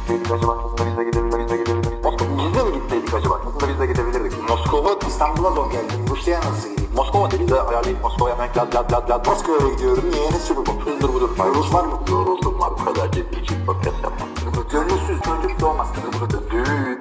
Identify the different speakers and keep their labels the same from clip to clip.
Speaker 1: acaba? Aslında biz de gidebilirdik. Biz de mi gitseydik acaba? Aslında biz de gidebilirdik. Moskova, İstanbul'a zor geldim. Rusya'ya nasıl gideyim? Moskova dedi de ayarlayıp Moskova'ya hemen lad. Moskova'ya gidiyorum. Niye? Ne sürü bu? Hızdır budur. Rus var mı? Yoruldum var. Bu kadar ciddi podcast yapmam. Gönülsüz çocuk doğmaz. Düğün.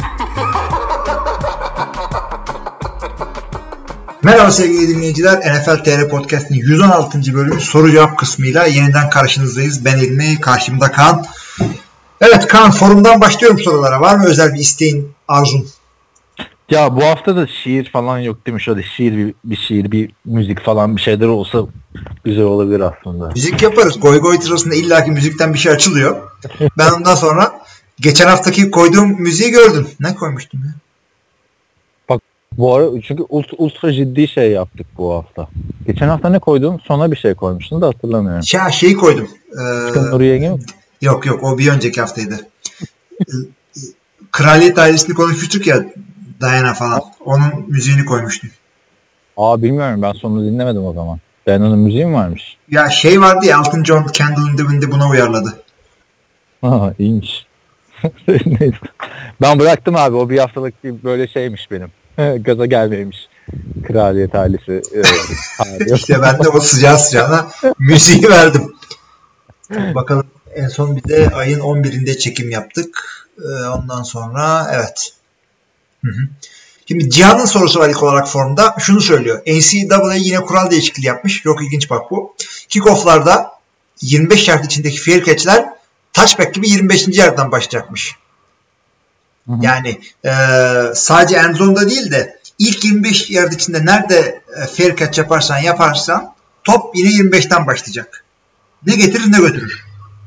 Speaker 2: Merhaba sevgili dinleyiciler. NFL TR Podcast'ın 116. bölümü soru cevap kısmıyla yeniden karşınızdayız. Ben İlmi, karşımda Kaan. Evet Kaan, forumdan başlıyorum sorulara. Var mı özel bir isteğin, arzun?
Speaker 3: Ya bu hafta da şiir falan yok değil mi? Şöyle şiir, bir müzik falan bir şeyler olsa güzel olabilir aslında.
Speaker 2: Müzik yaparız. Goy goy sırasında illaki müzikten bir şey açılıyor. Ben ondan sonra geçen haftaki koyduğum müziği gördüm. Ne koymuştum ya?
Speaker 3: Bu ara çünkü ultra ciddi şey yaptık bu hafta. Geçen hafta ne koydun? Sona bir şey koymuştun da hatırlamıyorum.
Speaker 2: Şeyi koydum.
Speaker 3: Çıkan Nuri Yenge mi?
Speaker 2: Yok o bir önceki haftaydı. Kraliyet ailesini konuşmuştuk ya, Diana falan. Onun müziğini koymuştum.
Speaker 3: Bilmiyorum, ben sonunu dinlemedim o zaman. Diana'nın müziği mi varmış?
Speaker 2: Ya vardı ya, Elton John Candle in the Wind'i buna uyarladı.
Speaker 3: İyiymiş. Neyse. Ben bıraktım abi, o bir haftalık bir böyle şeymiş benim. Gaza gelmemiş. Kraliyet ailesi.
Speaker 2: İşte ben de o sıcağına müziği verdim. Bakalım, en son bir de ayın 11'inde çekim yaptık. Ondan sonra evet. Şimdi Cihan'ın sorusu var ilk olarak forumda. Şunu söylüyor. NCAA yine kural değişikliği yapmış. Çok ilginç bak bu. Kickoff'larda 25 yard içindeki fair catch'ler touchback gibi 25. yarddan başlayacakmış. Yani sadece end zone'da değil de ilk 25 yard içinde nerede fair catch yaparsan top yine 25'ten başlayacak. Ne getirir ne götürür.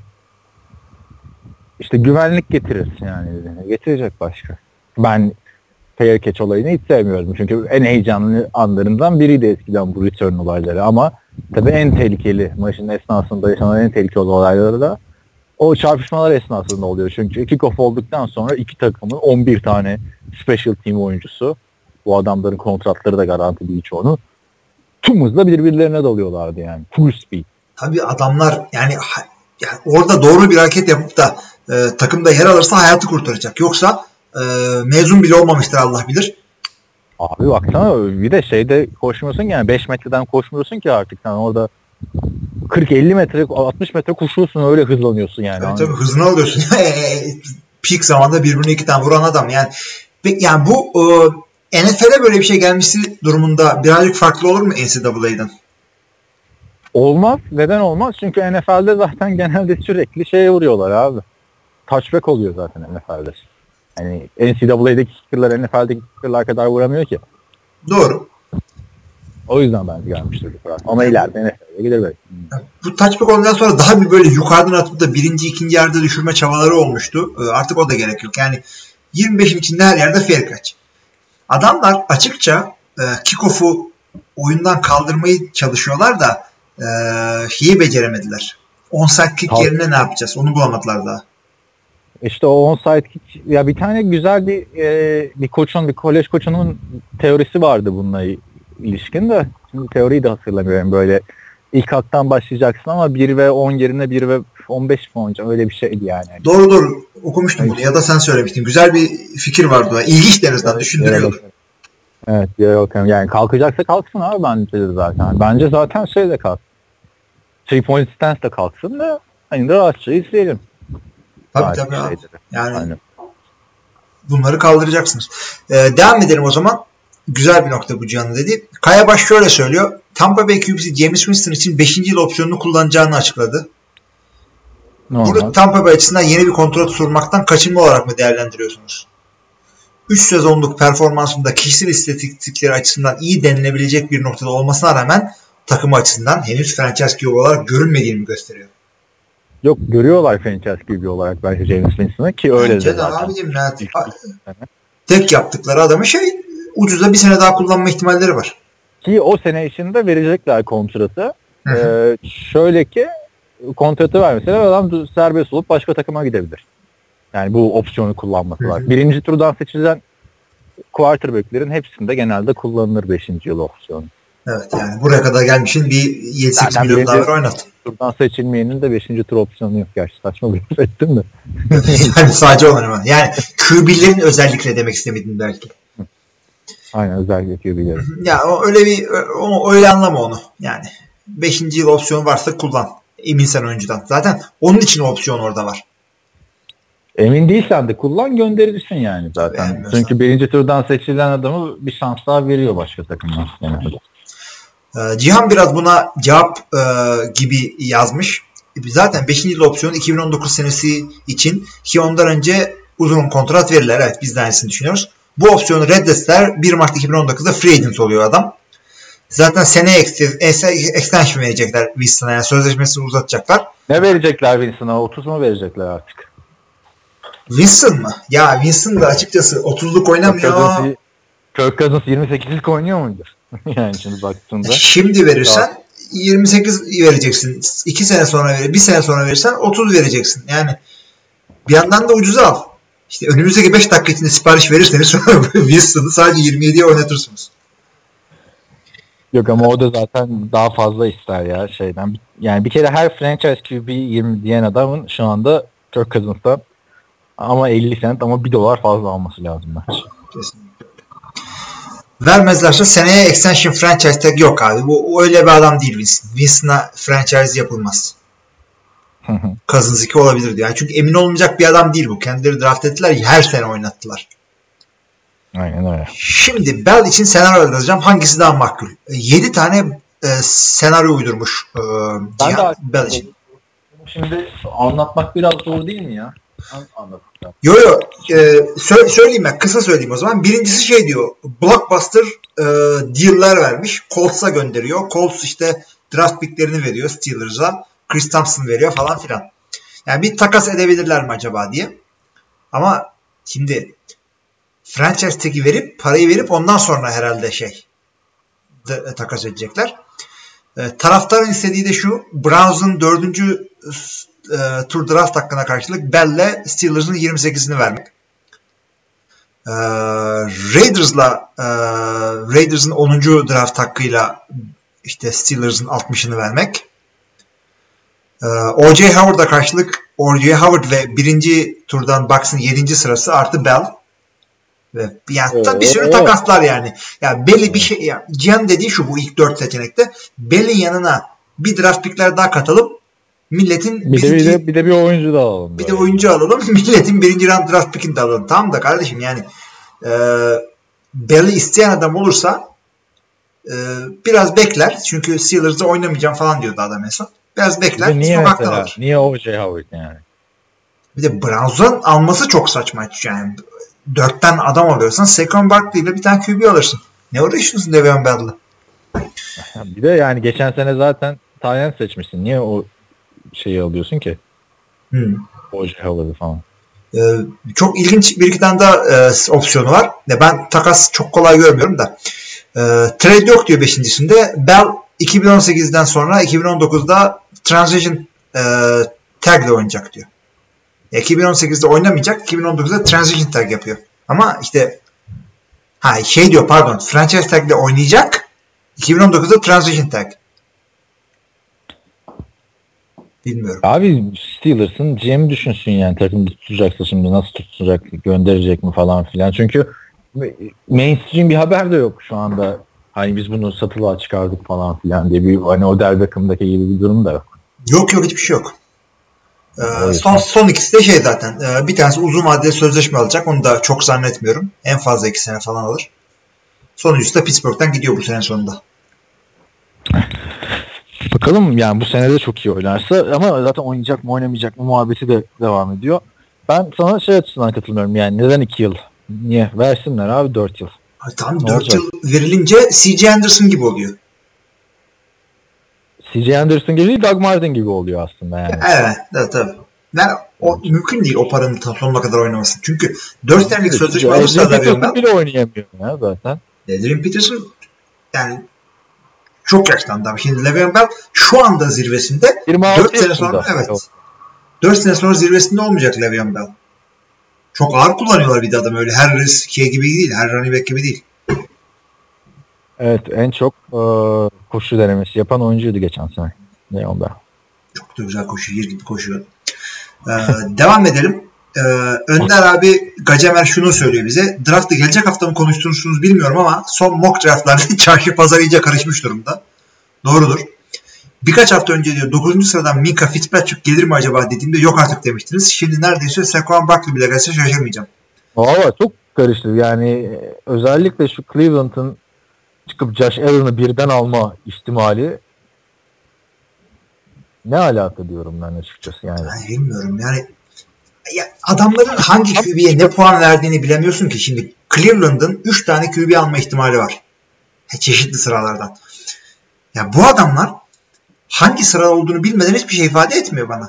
Speaker 3: İşte güvenlik getirir yani. Getirecek başka. Ben fair catch olayını hiç sevmiyorum. Çünkü en heyecanlı anlarından biriydi eskiden bu return olayları. Ama tabii en tehlikeli, maçın esnasında yaşanan en tehlikeli olayları da o çarpışmalar esnasında oluyor. Çünkü kickoff olduktan sonra iki takımın 11 tane special team oyuncusu, bu adamların kontratları da garanti değil çoğunu, tüm hızla birbirlerine dalıyorlardı yani. Full speed.
Speaker 2: Tabii adamlar yani orada doğru bir hareket yapıp da takımda yer alırsa hayatı kurtaracak. Yoksa mezun bile olmamıştır, Allah bilir.
Speaker 3: Abi baksana, bir de şeyde koşmuyorsun yani 5 metreden koşmuyorsun ki artık. Sen orada 40-50 metre, 60 metre koşuyorsun, öyle hızlanıyorsun yani.
Speaker 2: Evet, tabii hızını alıyorsun. Peak zamanda birbirine 2 tane vuran adam. Yani bu NFL'e böyle bir şey gelmesi durumunda birazcık farklı olur mu NCAA'den?
Speaker 3: Olmaz. Neden olmaz? Çünkü NFL'de zaten genelde sürekli şeye vuruyorlar abi. Touchback oluyor zaten NFL'de. Yani NCAA'deki kicker'lar NFL'deki kicker'lar kadar vuramıyor ki.
Speaker 2: Doğru.
Speaker 3: O yüzden bence gelmiştir bu karar. Ama ileride NFL'e gider belki.
Speaker 2: Bu touchback olduktan sonra daha bir böyle yukarıdan atıp da birinci, ikinci yerde düşürme çabaları olmuştu. Artık o da gerek yok. Yani 25'in içinde her yerde fair catch. Adamlar açıkça kickoff'u oyundan kaldırmayı çalışıyorlar da şeyi beceremediler. Onside kick yerine ne yapacağız? Onu bulamadılar daha.
Speaker 3: İşte o onside kick, ya bir tane güzel bir kolej koçunun teorisi vardı bununla ilişkin de. Şimdi teoriyi de hatırlamıyorum. Böyle ilk haktan başlayacaksın ama 1 ve 10 yerine 1 ve 15 mi oynayacak? Öyle bir şeydi yani.
Speaker 2: Doğru. Okumuştum bunu ya da sen söylemiştin. Güzel bir fikir vardı. İlginç en azından. Düşündürüyor.
Speaker 3: Evet. Yani kalkacaksa kalksın abi, bence de zaten. Bence zaten şey de kalksın. 3 point stance de kalksın da hani de rahatça izleyelim.
Speaker 2: Tabii abi. Yani aynen. Bunları kaldıracaksınız. Devam edelim o zaman. Güzel bir nokta bu Cihan'ın dediği. Kaya Baş şöyle söylüyor. Tampa Bay QB'si James Winston için 5. yıl opsiyonunu kullanacağını açıkladı. Burada Tampa Bay açısından yeni bir kontrat sunmaktan kaçınma olarak mı değerlendiriyorsunuz? 3 sezonluk performansında kişisel istatistikleri açısından iyi denilebilecek bir noktada olmasına rağmen takım açısından henüz franchise QB olarak görünmediğini gösteriyor.
Speaker 3: Yok, görüyorlar franchise QB olarak bence James Winston'ı ki öyle de zaten.
Speaker 2: Abicim, tek yaptıkları adamı ucuza bir sene daha kullanma ihtimalleri var.
Speaker 3: Ki o sene içinde verecekler kontratı. Şöyle ki kontratı vermeseler adam serbest olup başka takıma gidebilir. Yani bu opsiyonu kullanması var. Birinci turdan seçilen quarterback'lerin hepsinde genelde kullanılır 5. yıl opsiyonu.
Speaker 2: Evet, yani buraya kadar gelmişin bir 7-8 milyon daha oynat.
Speaker 3: turdan seçilmeyenin de 5. tur opsiyonu yok. Gerçi saçma bir laf ettim de.
Speaker 2: Yani sadece onlar. Yani QB'lerin özellikle demek istemedim belki.
Speaker 3: Aynen, özellikle QB'leri.
Speaker 2: Ya öyle anlama onu. Yani 5. yıl opsiyonu varsa kullan. Eminsen oyuncudan. Zaten onun için opsiyon orada var.
Speaker 3: Emin değilsen de kullan, gönderirsin yani zaten. Çünkü 1. turdan seçilen adamı bir şans daha veriyor başka takımlar. Yani.
Speaker 2: Cihan biraz buna cevap gibi yazmış. Zaten 5. yıl opsiyonu 2019 senesi için, ki ondan önce uzun kontrat verirler. Evet, biz de aynısını düşünüyoruz. Bu opsiyonu reddettiler. 1 Mart 2019'da free agent oluyor adam. Zaten seneye extension verecekler Winston'a. Yani sözleşmesini uzatacaklar.
Speaker 3: Ne verecekler Winston'a? 30 mu verecekler artık?
Speaker 2: Winston mı? Ya Winston da açıkçası 30'luk oynamıyor.
Speaker 3: Kirk Cousins 28'lik oynuyor muydu? Yani şimdi baktığında.
Speaker 2: Şimdi verirsen 28 vereceksin. 2 sene sonra bir sene sonra verirsen 30 vereceksin. Yani bir yandan da ucuza al. İşte önümüzdeki 5 dakika içinde sipariş verirseniz sonra Winston'ı sadece 27'ye oynatırsınız.
Speaker 3: Yok ama o da zaten daha fazla ister ya şeyden. Yani bir kere her franchise QB 20 diyen adamın şu anda Kirk Cousins'tan ama 50 cent ama $1 fazla alması lazım bence.
Speaker 2: Kesinlikle. Vermezlerse seneye extension franchise tag yok abi. Bu öyle bir adam değil Winston. Winston'a franchise yapılmaz. Cousins 2 olabilir diyor. Yani çünkü emin olmayacak bir adam değil bu. Kendileri draft ettiler, her sene oynattılar.
Speaker 3: Aynen öyle.
Speaker 2: Şimdi Bell için senaryo yazacağım. Hangisi daha makul? 7 tane senaryo uydurmuş Bell için.
Speaker 3: Şimdi anlatmak biraz zor değil mi ya? Anlatacağım.
Speaker 2: Yo. Söyleyeyim ben. Kısa söyleyeyim o zaman. Birincisi şey diyor. Blockbuster deal'lar vermiş. Colts'a gönderiyor. Colts işte draft picklerini veriyor Steelers'a. Chris Thompson veriyor falan filan. Yani bir takas edebilirler mi acaba diye. Ama şimdi franchise tag'i verip parayı verip ondan sonra herhalde takas edecekler. Taraftarın istediği de şu. Browns'un 4. tur draft hakkına karşılık Bell'le Steelers'ın 28'ini vermek. Raiders'ın 10. draft hakkıyla işte Steelers'ın 60'ını vermek. O.J. Howard'a karşılık O.J. Howard ve 1. turdan Bucks'ın 7. sırası artı Bell. Ve yani bir sürü takaslar yani. Ya belli bir şey, ya Cihan dediği şu, bu ilk 4 seçenekte Bell'in yanına bir draft pickler daha katalım. Milletin
Speaker 3: bir de bir oyuncu da alalım.
Speaker 2: Bir de oyuncu alalım. Milletin 1. round draft pickini de alalım. Tamam da kardeşim yani Bell'i isteyen adam olursa biraz bekler. Çünkü Steelers'da oynamayacağım falan diyordu adam en son. Biraz bekler.
Speaker 3: Niye mesela? Niye O.J. Howard yani?
Speaker 2: Bir de Browns'un alması çok saçma. Yani 4'ten adam alıyorsan Saquon Barkley ile bir tane QB alırsın. Ne uğraşıyorsun Le'Veon Bell'la?
Speaker 3: Bir de yani geçen sene zaten Tayland seçmişsin. Niye o şeyi alıyorsun ki? O.J. Howard'ı falan.
Speaker 2: Çok ilginç bir iki tane daha opsiyonu var. Ben takas çok kolay görmüyorum da. Trade yok diyor 5.sinde. Bell 2018'den sonra 2019'da transition tag ile oynayacak diyor. 2018'de oynamayacak, 2019'da transition tag yapıyor. Ama işte diyor franchise tag ile oynayacak, 2019'da transition tag. Bilmiyorum.
Speaker 3: Abi Steelers'ın GM düşünsün yani, takım tutacaksa şimdi nasıl tutacak, gönderecek mi falan filan. Çünkü mainstream bir haber de yok şu anda. Hani biz bunu satılığa çıkardık falan filan diye bir hani Odell Beckham'daki gibi bir durum da yok.
Speaker 2: Yok hiçbir şey yok. Son ikisi de zaten. Bir tanesi uzun vadeli sözleşme alacak. Onu da çok zannetmiyorum. En fazla 2 sene falan alır. Sonuncusu da Pittsburgh'ten gidiyor bu sene sonunda.
Speaker 3: Bakalım yani bu sene de çok iyi oynarsa, ama zaten oynayacak mı oynamayacak mı muhabbeti de devam ediyor. Ben sana açısından katılmıyorum yani, neden 2 yıl? Niye? Versinler abi 4 yıl.
Speaker 2: Tam 4 yıl verilince C.J. Anderson gibi oluyor.
Speaker 3: C.J. Anderson gibi değil, Doug Martin gibi oluyor aslında yani.
Speaker 2: Evet tabii. Mümkün değil o paranın sonuna kadar oynaması. Çünkü 4 senelik sözleşme alırsa
Speaker 3: Peterson bile oynayamıyor ya zaten.
Speaker 2: Adrian Peterson yani çok yaşlandı abi. Şimdi Le'Veon Bell şu anda zirvesinde. 4 sene sonra evet. 4 sene sonra zirvesinde olmayacak Le'Veon Bell. Çok ağır kullanıyorlar bir de adam, öyle her riske gibi değil, her running back gibi değil.
Speaker 3: Evet, en çok koşu denemesi yapan oyuncuydu geçen sene. Ne onda?
Speaker 2: Çok da güzel koşuyor. Yer gibi koşuyor. Devam edelim. Önder abi Gacemer şunu söylüyor bize. Draft'ı gelecek hafta mı konuşturursunuz bilmiyorum ama son mock draft'larda çarşı pazar iyice karışmış durumda. Doğrudur. Birkaç hafta önce diyor 9. sıradan Minka Fitzpatrick gelir mi acaba dediğimde yok artık demiştiniz. Şimdi neredeyse Saquon Barkley bile gelse şaşırmayacağım.
Speaker 3: Valla çok karıştı. Yani özellikle şu Cleveland'ın çıkıp Josh Allen'ı birden alma ihtimali ne alaka diyorum ben açıkçası yani.
Speaker 2: Yani bilmiyorum yani ya adamların hangi QB'ye ne puan verdiğini bilemiyorsun ki. Şimdi Cleveland'ın 3 tane QB alma ihtimali var. Çeşitli sıralardan. Ya bu adamlar hangi sıra olduğunu bilmeden hiçbir şey ifade etmiyor bana.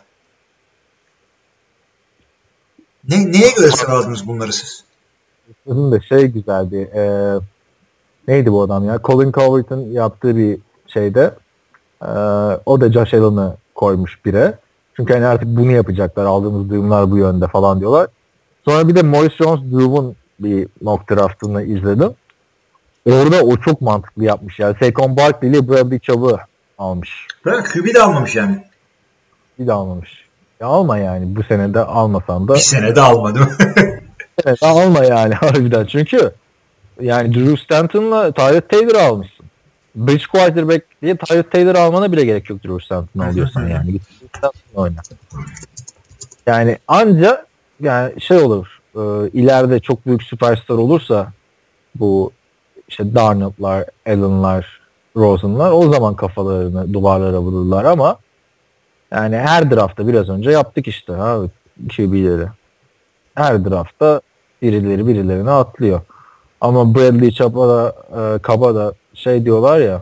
Speaker 2: Neye göre sıraladınız bunları siz?
Speaker 3: Bunun da güzeldi. Neydi bu adam ya? Colin Cowherd'ın yaptığı bir şeyde o da Josh Allen'ı koymuş bire. Çünkü hani artık bunu yapacaklar. Aldığımız duyumlar bu yönde falan diyorlar. Sonra bir de Maurice Jones-Drew'un bir mock draft'ını izledim. Orada o çok mantıklı yapmış yani. Saquon Barkley ile Bradley Chubb'ı almış.
Speaker 2: QB de almamış yani.
Speaker 3: Bir de almamış. Ya alma yani. Bu sene de almasan da.
Speaker 2: Bir sene de alma değil mi?
Speaker 3: Evet, alma yani harbiden. Çünkü yani Drew Stanton'la Tyrod Taylor'ı almışsın. Bridge quarterback diye Tyrod Taylor almana bile gerek yok Drew Stanton'ı alıyorsan yani. Git Stanton'la oyna. Yani anca yani olur. İleride çok büyük süperstar olursa bu işte Darnold'lar, Allen'lar, Rosen'lar o zaman kafalarını duvarlara vururlar ama yani her draftta biraz önce yaptık işte abi QB'leri. Her draftta birilerine atlıyor. Ama Bradley Chubb'a da diyorlar ya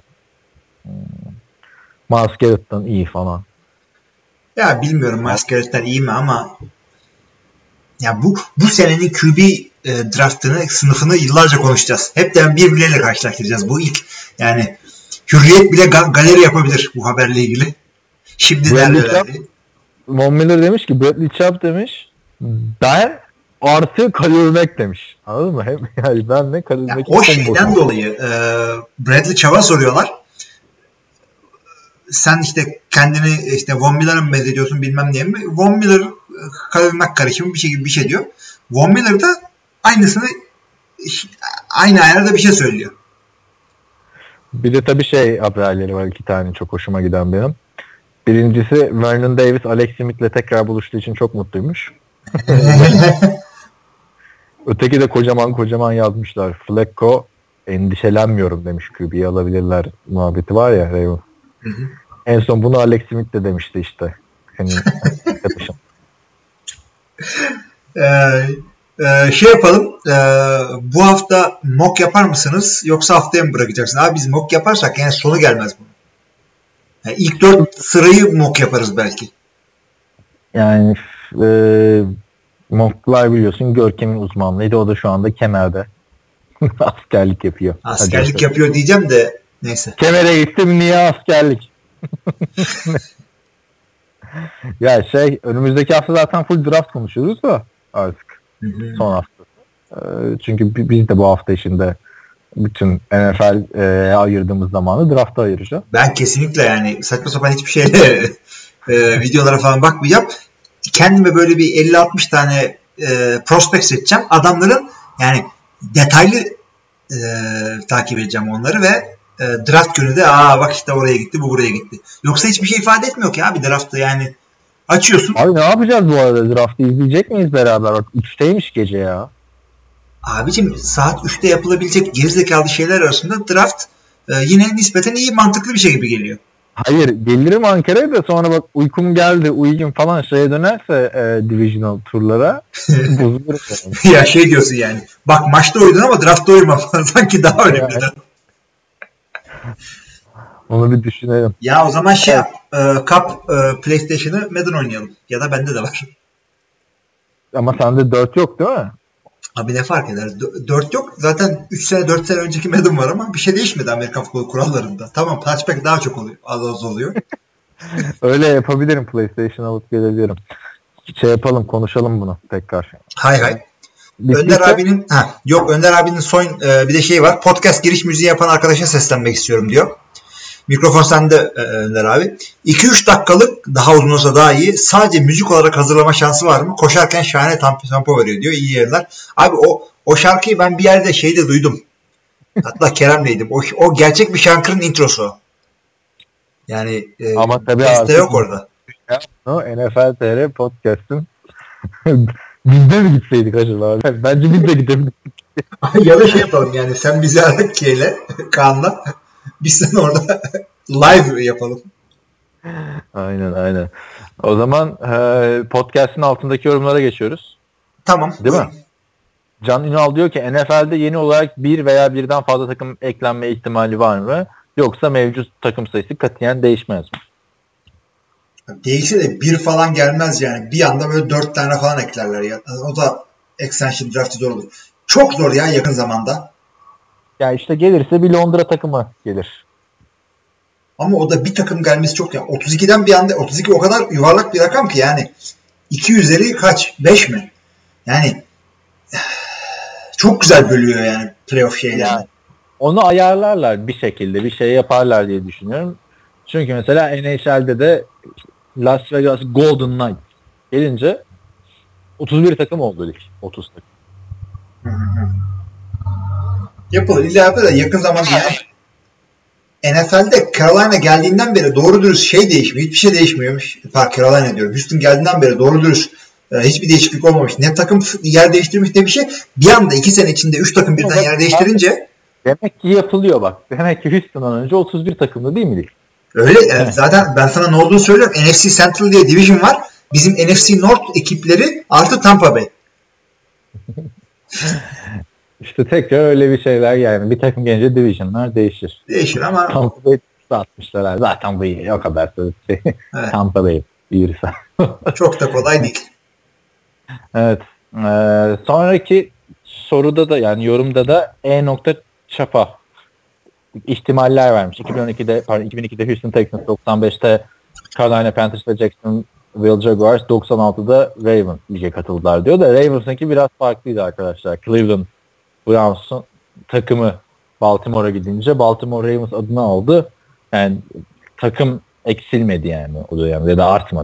Speaker 3: Myles Garrett'tan iyi falan.
Speaker 2: Ya bilmiyorum Myles Garrett'tan iyi mi ama ya bu senenin QB draftını, sınıfını yıllarca konuşacağız. Hep de birbirleriyle karşılaştıracağız. Bu ilk yani Hürriyet bile galeri yapabilir bu haberle ilgili. Şimdi neredeler?
Speaker 3: Von Miller demiş ki Bradley Chubb demiş ben artı Khalil Mack demiş. Anladın mı? Yani ben ne Khalil Mack'in
Speaker 2: o şeyden dolayı Bradley Chubb'a soruyorlar. Sen işte kendini işte Von Miller'a mı benzetiyorsun bilmem diye mi? Von Miller Khalil Mack karışımı bir şey diyor. Von Miller da aynısını aynı ayarda bir şey söylüyor.
Speaker 3: Bir de tabii haberleri var 2 tane çok hoşuma giden benim. Birincisi Vernon Davis Alex Smith'le tekrar buluştuğu için çok mutluymuş. Öteki de kocaman yazmışlar. Flacco endişelenmiyorum demiş QB'yi alabilirler muhabbeti var ya Raven. En son bunu Alex Smith de demişti işte. Senin arkadaşın.
Speaker 2: Yapalım. Bu hafta mock yapar mısınız? Yoksa haftaya mı bırakacaksın? Abi biz mock yaparsak yani sonu gelmez bunun. Yani ilk 4 sırayı mock yaparız belki.
Speaker 3: Yani mocklar biliyorsun Görkem'in uzmanlığıydı. O da şu anda Kemer'de askerlik yapıyor.
Speaker 2: Askerlik yapıyor diyeceğim de neyse.
Speaker 3: Kemer'e gittim niye askerlik? Ya önümüzdeki hafta zaten full draft konuşuyoruz da artık. Son hafta. Çünkü biz de bu hafta içinde bütün NFL'e ayırdığımız zamanı draft'a ayıracağız.
Speaker 2: Ben kesinlikle yani saçma sapan hiçbir şeyle videolara falan bakmayacağım. Kendime böyle bir 50-60 tane prospect seçeceğim. Adamların yani detaylı takip edeceğim onları ve draft günü de bak işte oraya gitti bu buraya gitti. Yoksa hiçbir şey ifade etmiyor ki abi draftta yani. Açıyorsun.
Speaker 3: Abi ne yapacağız bu arada? Draft'ı izleyecek miyiz beraber? 3'teymiş gece ya.
Speaker 2: Abicim saat 3'te yapılabilecek gerizekalı şeyler arasında draft yine nispeten iyi mantıklı bir şey gibi geliyor.
Speaker 3: Hayır gelirim Ankara'ya da sonra bak uykum geldi uyuyayım falan dönerse divisional turlara bozulurum.
Speaker 2: Ya diyorsun yani. Bak maçta uyudun ama draftta uyuma falan sanki daha önemli. Yani.
Speaker 3: Onu bir düşünelim.
Speaker 2: Ya o zaman Cup PlayStation'ı Madden oynayalım. Ya da bende de var.
Speaker 3: Ama sende 4 yok değil mi?
Speaker 2: Abi ne fark eder? 4 yok. Zaten 4 sene önceki Madden var ama bir şey değişmedi Amerikan futbol kurallarında. Tamam touchback daha çok oluyor. Az oluyor.
Speaker 3: Öyle yapabilirim. PlayStation alıp gelebilirim. Yapalım konuşalım bunu tekrar.
Speaker 2: Hay. Önder abinin Önder abinin son bir de var. Podcast giriş müziği yapan arkadaşa seslenmek istiyorum diyor. Mikrofon sende Önder abi. 2-3 dakikalık, daha uzun olsa daha iyi. Sadece müzik olarak hazırlama şansı var mı? Koşarken şahane tempo veriyor diyor. İyi yerler. Abi o şarkıyı ben bir yerde şeyde duydum. Hatta Kerem'leydim. O gerçek bir şarkının introsu. Yani
Speaker 3: ama tabii
Speaker 2: beste yok orada.
Speaker 3: O NFL TR podcast'ın biz de mi gitseydik acaba? Bence biz de gidebiliriz.
Speaker 2: Ya da şey yapalım yani, sen bizi ara K'yle, Kaan'la. Biz sen orada live yapalım.
Speaker 3: Aynen. O zaman podcast'ın altındaki yorumlara geçiyoruz.
Speaker 2: Tamam.
Speaker 3: Değil mi? Can Ünal diyor ki NFL'de yeni olarak bir veya birden fazla takım eklenme ihtimali var mı? Yoksa mevcut takım sayısı katiyen değişmez mi?
Speaker 2: Değişse de bir falan gelmez yani. Bir anda böyle 4 tane falan eklerler ya. O da extension draftı zor olur. Çok zor ya yakın zamanda.
Speaker 3: Ya işte gelirse bir Londra takımı gelir.
Speaker 2: Ama o da bir takım gelmesi çok ya. 32'den bir anda, 32 o kadar yuvarlak bir rakam ki yani. 250 kaç? 5 mi? Yani çok güzel bölüyor yani playoff şeylerini.
Speaker 3: Yani onu ayarlarlar bir şekilde, bir şey yaparlar diye düşünüyorum. Çünkü mesela NHL'de de Las Vegas Golden Knights gelince 31 takım oldu lig. 30 takım.
Speaker 2: Yapılır. İlla yapılır da yakın zamanda yani. NFL'de Carolina geldiğinden beri doğru dürüst şey değişmiyor. Hiçbir şey değişmiyormuş. Carolina diyorum. Houston geldiğinden beri doğru dürüst hiçbir değişiklik olmamış. Ne takım yer değiştirmiş ne bir şey. Bir anda 2 sene içinde 3 takım birden yer değiştirince.
Speaker 3: Demek ki yapılıyor bak. Demek ki Houston'dan önce 31 takımlı değil mi lig?
Speaker 2: Öyle. Yani zaten ben sana ne olduğunu söylüyorum. NFC Central diye division var. Bizim NFC North ekipleri artı Tampa Bay.
Speaker 3: İşte tekrar öyle bir şeyler yani. Bir takım gelince divisionlar değişir.
Speaker 2: Değişir ama.
Speaker 3: Tampa Bay atmışlar. Zaten bu iyi. O kadar şey. Evet. Tampa Bay büyürse.
Speaker 2: Çok da kolay değil.
Speaker 3: Evet. Sonraki soruda da yani yorumda da Çapa ihtimaller vermiş. 2002'de Houston Texans, 95'te Carolina Panthers ve Jacksonville Jaguars, 96'da Ravens lige katıldılar diyor da Ravens'ınki biraz farklıydı arkadaşlar. Cleveland Browns'un takımı Baltimore'a gidince Baltimore Ravens adını aldı. Yani takım eksilmedi yani o dönemde de artmadı.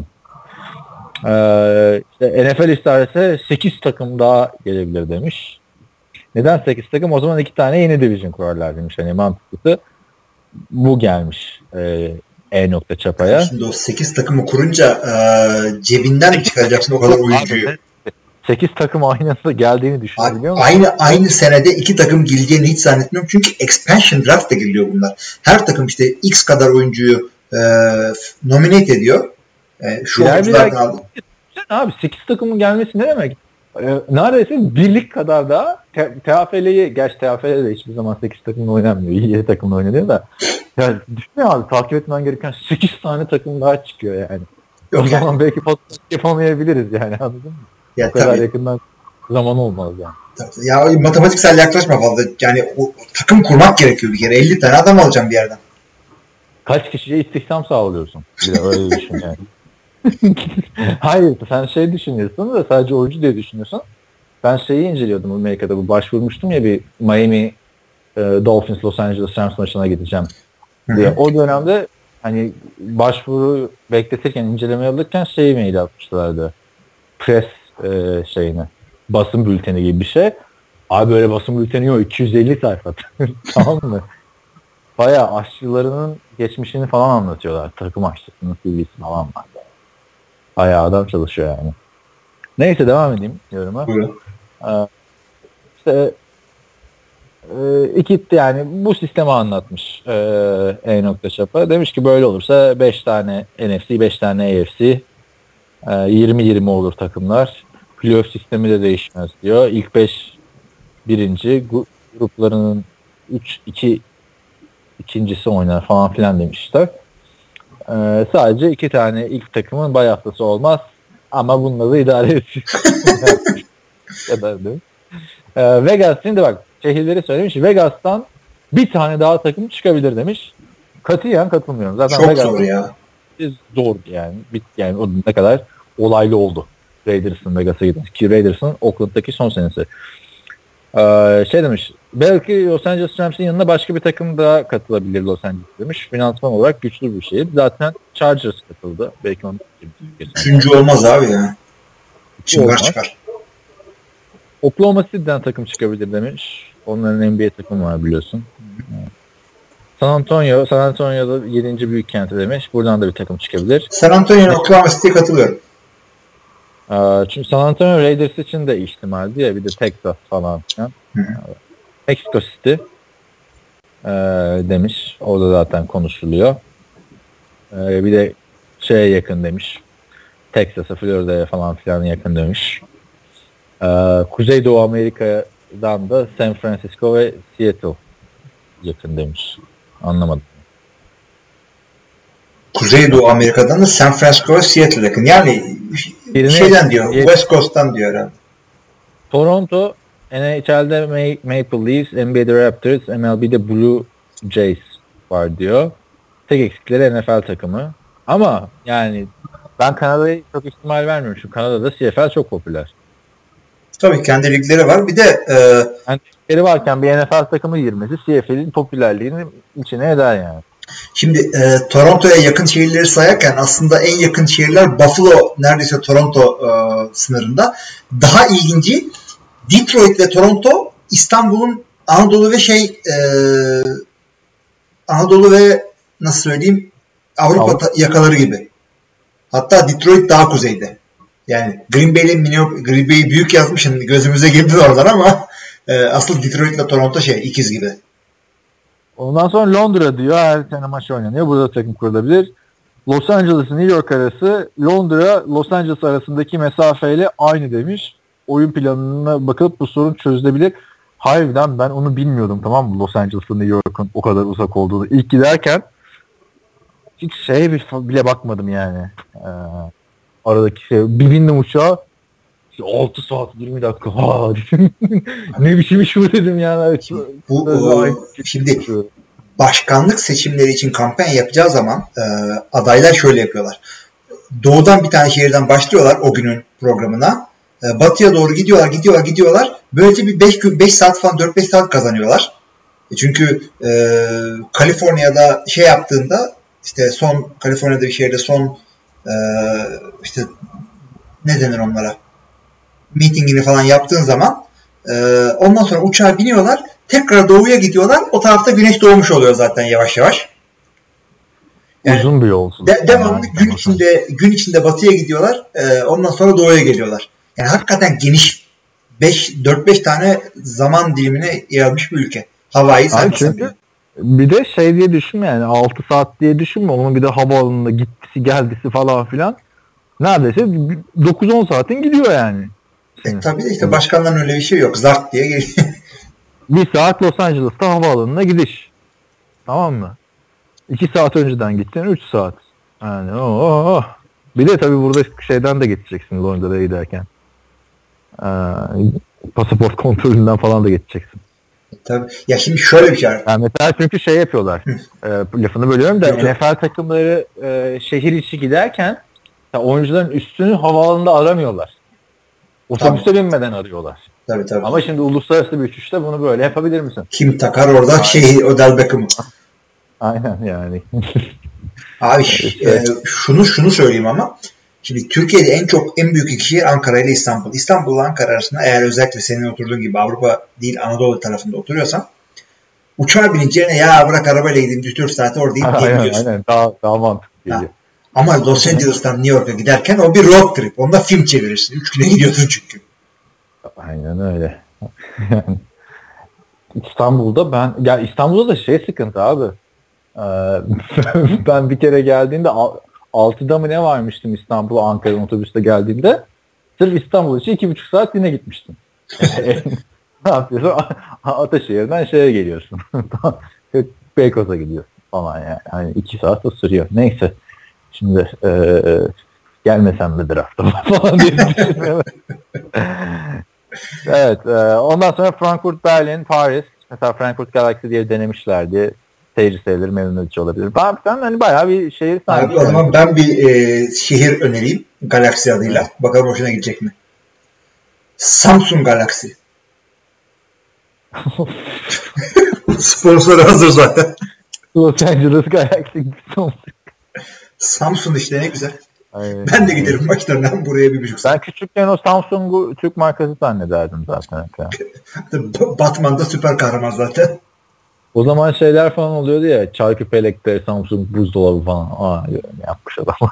Speaker 3: İşte NFL isterse 8 takım daha gelebilir demiş. Neden 8 takım? O zaman 2 tane yeni division kurarlar demiş. Hani mantıklısı bu gelmiş Çapa'ya.
Speaker 2: Şimdi o 8 takımı kurunca cebinden mi çıkaracaksın o kadar oyuncuyu?
Speaker 3: 8 takım aynısı geldiğini düşünebiliyor musun?
Speaker 2: Aynı senede 2 takım gireceğini hiç zannetmiyorum. Çünkü expansion draft da giriliyor bunlar. Her takım işte X kadar oyuncuyu nominate ediyor. Şu oyunculardan aldı.
Speaker 3: Abi 8 takımın gelmesi ne demek? Neredeyse birlik kadar daha TFL'yi, gerçi TFL'de hiçbir zaman 8 takımla oynanmıyor. 7 takımla oynanıyor da. Yani düşünüyor abi, takip etmen gereken 8 tane takım daha çıkıyor yani. Yok o zaman belki podcast yapamayabiliriz yani, anladın mı?
Speaker 2: Ya,
Speaker 3: o kadar
Speaker 2: tabii.
Speaker 3: Yakından zaman olmaz yani.
Speaker 2: Ya matematiksel yaklaşma fazla. Yani o takım kurmak gerekiyor bir kere. 50 tane adam alacağım bir yerden.
Speaker 3: Kaç kişiye istihdam sağlıyorsun? Bir de öyle düşün yani. Hayır, sen şey düşünüyorsun da sadece oyuncu diye düşünüyorsun. Ben şeyi inceliyordum Amerika'da, bu başvurmuştum ya bir Miami Dolphins Los Angeles Rams maçına gideceğim diye. O dönemde hani başvuru bekletirken, inceleme alırken şey mail atmışlardı. Press şeyini, basın bülteni gibi bir şey. Abi böyle basın bülteni yok, 250 sayfa. Tamam mı? Bayağı aşçılarının geçmişini falan anlatıyorlar. Takım aşçısının CV'si falan var. Bayağı adam çalışıyor yani. Neyse devam edeyim yoruma. İşte iki yani bu sistemi anlatmış Çapa. Demiş ki böyle olursa 5 tane NFC, 5 tane AFC, 20-20 olur takımlar. Playoff sistemi de değişmez diyor. İlk 5 birinci, gruplarının 3-2 ikincisi oynar falan filan demişler. Sadece 2 tane ilk takımın bay haftası olmaz ama bununla da idare ediyor. Vegas, şimdi bak şehirleri söylemiş. Vegas'tan bir tane daha takım çıkabilir demiş. Katiyen katılmıyorum. Zaten
Speaker 2: çok
Speaker 3: Vegas'tan
Speaker 2: zor ya.
Speaker 3: Zor yani. Yani o ne kadar olaylı oldu. Raiders'ın Vegas'a gitmesi. Ki Raiders'ın Oakland'daki son senesi. Şey demiş. Belki Los Angeles Rams'in yanına başka bir takım daha katılabilir Los Angeles demiş. Finansman olarak güçlü bir şey. Zaten Chargers katıldı. Belki onu
Speaker 2: üçüncü olmaz abi ya. Çıngar çıkar.
Speaker 3: Oklahoma City'den takım çıkabilir demiş. Onların NBA takımı var biliyorsun. San Antonio'da 7. büyük kenti demiş. Buradan da bir takım çıkabilir.
Speaker 2: San Antonio'ya Oklahoma City'ye katılıyorum.
Speaker 3: Çünkü San Antonio Raiders için de ihtimaldi ya. Bir de Texas falan. Mexico City demiş. Orada zaten konuşuluyor. Bir de şeye yakın demiş. Texas'a, Florida'ya falan filan yakın demiş. Kuzeydoğu Amerika'dan da San Francisco ve Seattle yakın demiş. Anlamadım.
Speaker 2: Kuzeydoğu Amerika'dan da San Francisco ve Seattle yakın. Yani şeyden diyor. West Coast'tan diyor herhalde.
Speaker 3: Toronto NHL'de Maple Leafs, NBA'de Raptors, MLB'de Blue Jays var diyor. Tek eksikleri NFL takımı. Ama yani ben Kanada'ya çok ihtimal vermiyorum. Çünkü Kanada'da CFL çok popüler.
Speaker 2: Tabii kendi ligleri var. Bir de
Speaker 3: yani ligleri varken bir NFL takımı girmesi CFL'in popülerliğini içine eder yani.
Speaker 2: Şimdi Toronto'ya yakın şehirleri sayarken aslında en yakın şehirler Buffalo neredeyse Toronto sınırında. Daha ilginci Detroit ve Toronto İstanbul'un Anadolu ve nasıl söyleyeyim Avrupa yakaları gibi. Hatta Detroit daha kuzeyde. Yani Green Bay'i büyük yazmışsın gözümüze girdi oradan ama asıl Detroit ile Toronto ikiz gibi.
Speaker 3: Ondan sonra Londra diyor. Her sene maç oynanıyor. Burada takım kurulabilir. Los Angeles New York arası Londra Los Angeles arasındaki mesafeyle aynı demiş. Oyun planına bakıp bu sorun çözülebilir. Harbiden ben onu bilmiyordum, tamam mı? Los Angeles'la New York'un o kadar uzak olduğunu. İlk giderken hiç bile bakmadım yani. Aradaki bir bindim uçağa 6 saat 20 dakika. Ne biçim iş bu dedim yani.
Speaker 2: Şimdi başkanlık seçimleri için kampanya yapacağı zaman adaylar şöyle yapıyorlar. Doğudan bir tane şehirden başlıyorlar o günün programına. Batıya doğru gidiyorlar. Böylece bir 5 saat falan 4-5 saat kazanıyorlar. Çünkü Kaliforniya'da yaptığında işte Kaliforniya'da bir şehirde işte ne denir onlara? Meetingini falan yaptığın zaman ondan sonra uçağa biniyorlar. Tekrar doğuya gidiyorlar. O tarafta güneş doğmuş oluyor zaten yavaş yavaş. Yani
Speaker 3: uzun bir yol.
Speaker 2: Devamlı gün içinde batıya gidiyorlar. Ondan sonra doğuya geliyorlar. Yani hakikaten geniş 4-5 tane zaman dilimine yayılmış bir ülke. Hawaii
Speaker 3: çünkü bir de diye düşünme yani 6 saat diye düşünme. Onun bir de havaalanında gittisi geldisi falan filan. Neredeyse 9-10 saatin gidiyor yani.
Speaker 2: Tabii de işte başkanların öyle bir şey yok. Zart diye geliyor.
Speaker 3: Bir saat Los Angeles'ta havaalanına gidiş. Tamam mı? 2 saat önceden gittin 3 saat. Yani Bir de tabii burada şeyden de geçeceksin Londra'ya giderken. Pasaport kontrolünden falan da geçeceksin.
Speaker 2: Tabii. Ya şimdi şöyle bir şey var.
Speaker 3: Yani mesela çünkü yapıyorlar. Lafını bölüyorum da NFL takımları şehir içi giderken oyuncuların üstünü havaalanında aramıyorlar. Otobüse binmeden arıyorlar.
Speaker 2: Tabii.
Speaker 3: Ama şimdi uluslararası bir uçuşta bunu böyle yapabilir misin?
Speaker 2: Kim takar orada Odell Beckham'ı?
Speaker 3: Aynen yani.
Speaker 2: Abi şunu söyleyeyim ama şimdi Türkiye'de en büyük iki şehir Ankara ile İstanbul. İstanbul ile Ankara arasında eğer özellikle senin oturduğun gibi Avrupa değil Anadolu tarafında oturuyorsan uçağa bineceğine ya bırak arabayla gideyim 3-4 saate orada diyebiliyorsun.
Speaker 3: Aynen daha mantıklı geliyor.
Speaker 2: Ama Los Angeles'tan New York'a giderken o bir road trip. Onda film çevirirsin. 3 güne gidiyorsun çünkü.
Speaker 3: Aynen öyle. İstanbul'da da sıkıntı abi. Ben bir kere geldiğimde 6'da mı ne varmıştım İstanbul'a Ankara'dan otobüste geldiğimde. Sırf İstanbul için 2,5 saat yine gitmiştim. Ne yapıyorsun? Ataşehir'den geliyorsun. Beykoz'a gidiyorsun falan yani. Yani 2 saat de sürüyor. Neyse. Şimdi gelmesem de drafta falan diye düşünüyorum. Evet. Ondan sonra Frankfurt, Berlin, Paris. Mesela Frankfurt Galaxy diye denemişlerdi. Seyirci sayıları memnun edici olabilir. Ben bayağı bir şehir sahibi.
Speaker 2: O zaman ben bir şehir önereyim. Galaxy adıyla. Evet. Bakalım hoşuna gidecek mi? Samsung Galaxy. Sponsoru hazır zaten.
Speaker 3: Los Angeles Galaxy
Speaker 2: Samsung işte ne güzel.
Speaker 3: Aynen.
Speaker 2: Ben de giderim maçlarından buraya 1,5 saat.
Speaker 3: Ben küçükken o Samsung'u Türk markası zannederdim zaten.
Speaker 2: Batman'da süper kahraman zaten.
Speaker 3: O zaman şeyler falan oluyordu ya. Çarkıfelek'te Samsung buzdolabı falan. Yapmış adam.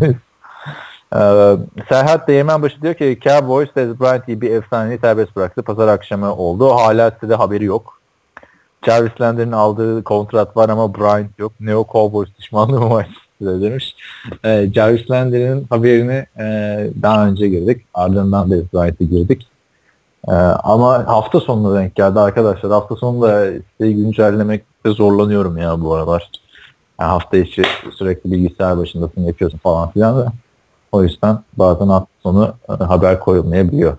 Speaker 3: Serhat Değirmenbaşı diyor ki Cowboys Dez Bryant'i bir efsaneyi serbest bıraktı. Pazar akşamı oldu. Hala size de haberi yok. Jarvis Landry'nin aldığı kontrat var ama Bryant yok. Neo Cowboys düşmanlığı mı var size demiş. Jarvis Landry'nin haberini daha önce girdik. Ardından Dez Bryant'e girdik. Ama hafta sonuna denk geldi arkadaşlar. Hafta sonunda siteyi güncellemekte zorlanıyorum ya bu aralar. Yani hafta içi sürekli bilgisayar başındasın, yapıyorsun falan filan da. O yüzden bazen hafta sonu haber koyulmayabiliyor.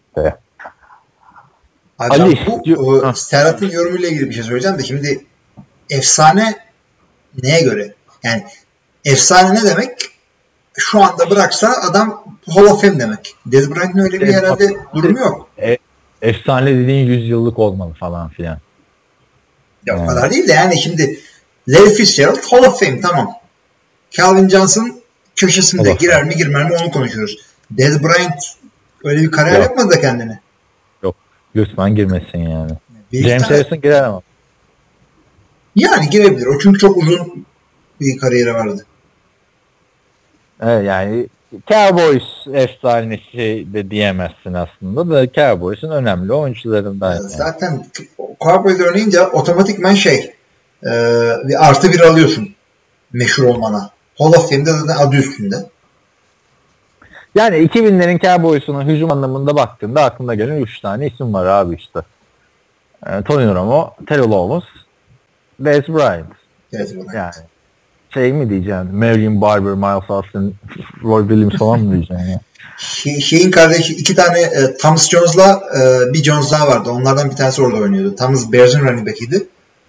Speaker 2: Abi bu Serhat'ın yorumuyla ilgili bir şey söyleyeceğim de şimdi efsane neye göre? Yani efsane ne demek? Şu anda bıraksa adam Hall of Fame demek. Dez Bryant'ın öyle bir herhalde durumu yok.
Speaker 3: Efsane dediğin 100 yıllık olmalı falan filan.
Speaker 2: Ya o kadar değil de yani şimdi Larry Fitzgerald Hall of Fame tamam. Calvin Johnson köşesinde girer mi girmez mi onu konuşuyoruz. Dez Bryant öyle bir kariyer yapmadı da kendine.
Speaker 3: Yok. Lütfen girmesin yani. James Harrison girer ama.
Speaker 2: Yani girebilir. O çünkü çok uzun bir kariyeri vardı.
Speaker 3: Evet yani Cowboys efsanesi de diyemezsin aslında da Cowboys'un önemli oyuncularından. Yani.
Speaker 2: Zaten Cowboys oynayınca otomatikman bir artı bir alıyorsun meşhur olmana. Hall of Fame'de zaten adı üstünde.
Speaker 3: Yani 2000'lerin Cowboys'una hücum anlamında baktığında aklına gelen 3 tane isim var abi işte. Tony Romo, Terrell Owens, Dez Bryant. Yani şey mi diyeceksin? Marion Barber, Miles Austin, Roy Williams falan mı diyeceksin ya?
Speaker 2: Şeyin kardeşi 2 tane Thomas Jones'la bir Jones daha vardı. Onlardan bir tanesi orada oynuyordu. Thomas Bears'ın running back'iydi.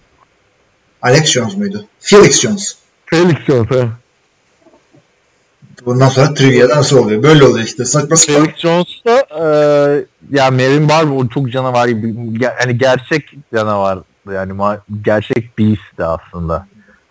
Speaker 2: Alex Jones muydu? Felix Jones.
Speaker 3: Felix Jones ha.
Speaker 2: Bundan sonra trivia'da nasıl oluyor? Böyle oluyor işte. Saçma sapan.
Speaker 3: Felix Jones da ya Marion Barber çok canavar gibi. Yani gerçek canavar. Yani gerçek beast'ti aslında.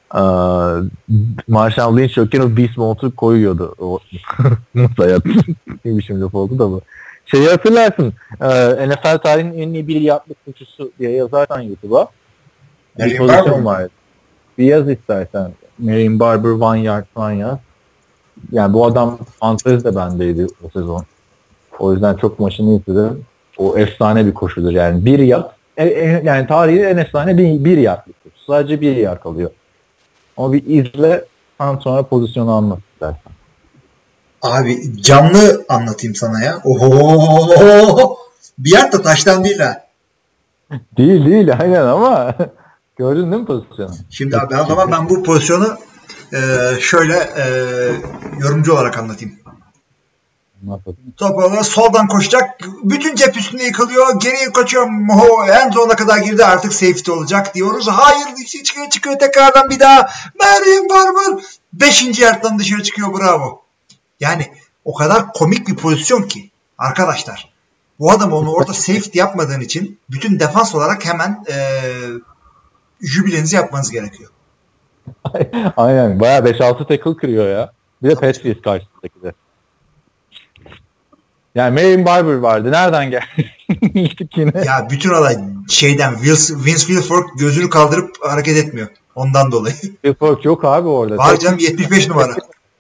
Speaker 3: Marshall Lynch yokken o Beast Mode'u koyuyordu. O nasıl hayat? Neymişim laf oldu da bu. Şeyi hatırlarsın. NFL tarihinin en iyi 1 yardlık koşusu diye yazarsan YouTube'a. Bir pozisyon var. Bir yaz istersen. Marion Barber 1 yard. Yani bu adam fantezi de bendeydi o sezon. O yüzden çok maçını izledim. O efsane bir koşudur. Yani 1 yard. Yani tarihin en efsane 1 yardlık koşu. Sadece 1 yard kalıyor. Ama bir izle, sonra pozisyonu anlat istersen.
Speaker 2: Abi canlı anlatayım sana ya. Oho! Bir yer de taştan değil ha.
Speaker 3: Değil aynen ama gördün değil mi pozisyonu?
Speaker 2: Şimdi abi o zaman ben bu pozisyonu şöyle yorumcu olarak anlatayım. Top olarak soldan koşacak. Bütün cep üstünde yıkılıyor. Geriye kaçıyor. En sonuna kadar girdi. Artık safety olacak diyoruz. Hayır çıkıyor tekrardan bir daha. Marion Barber 5. yardtan dışarı çıkıyor. Bravo. Yani o kadar komik bir pozisyon ki arkadaşlar. Bu adam onu orada safety yapmadığın için bütün defans olarak hemen jübilenizi yapmanız gerekiyor.
Speaker 3: Aynen. Bayağı 5-6 tackle kırıyor ya. Bir de Patriots karşısındaki de. Yani Marion Barber vardı. Nereden geldi? Yine.
Speaker 2: Ya bütün olay Vince Wilfork gözünü kaldırıp hareket etmiyor. Ondan dolayı.
Speaker 3: Wilfork yok abi orada.
Speaker 2: Var canım 75 numara.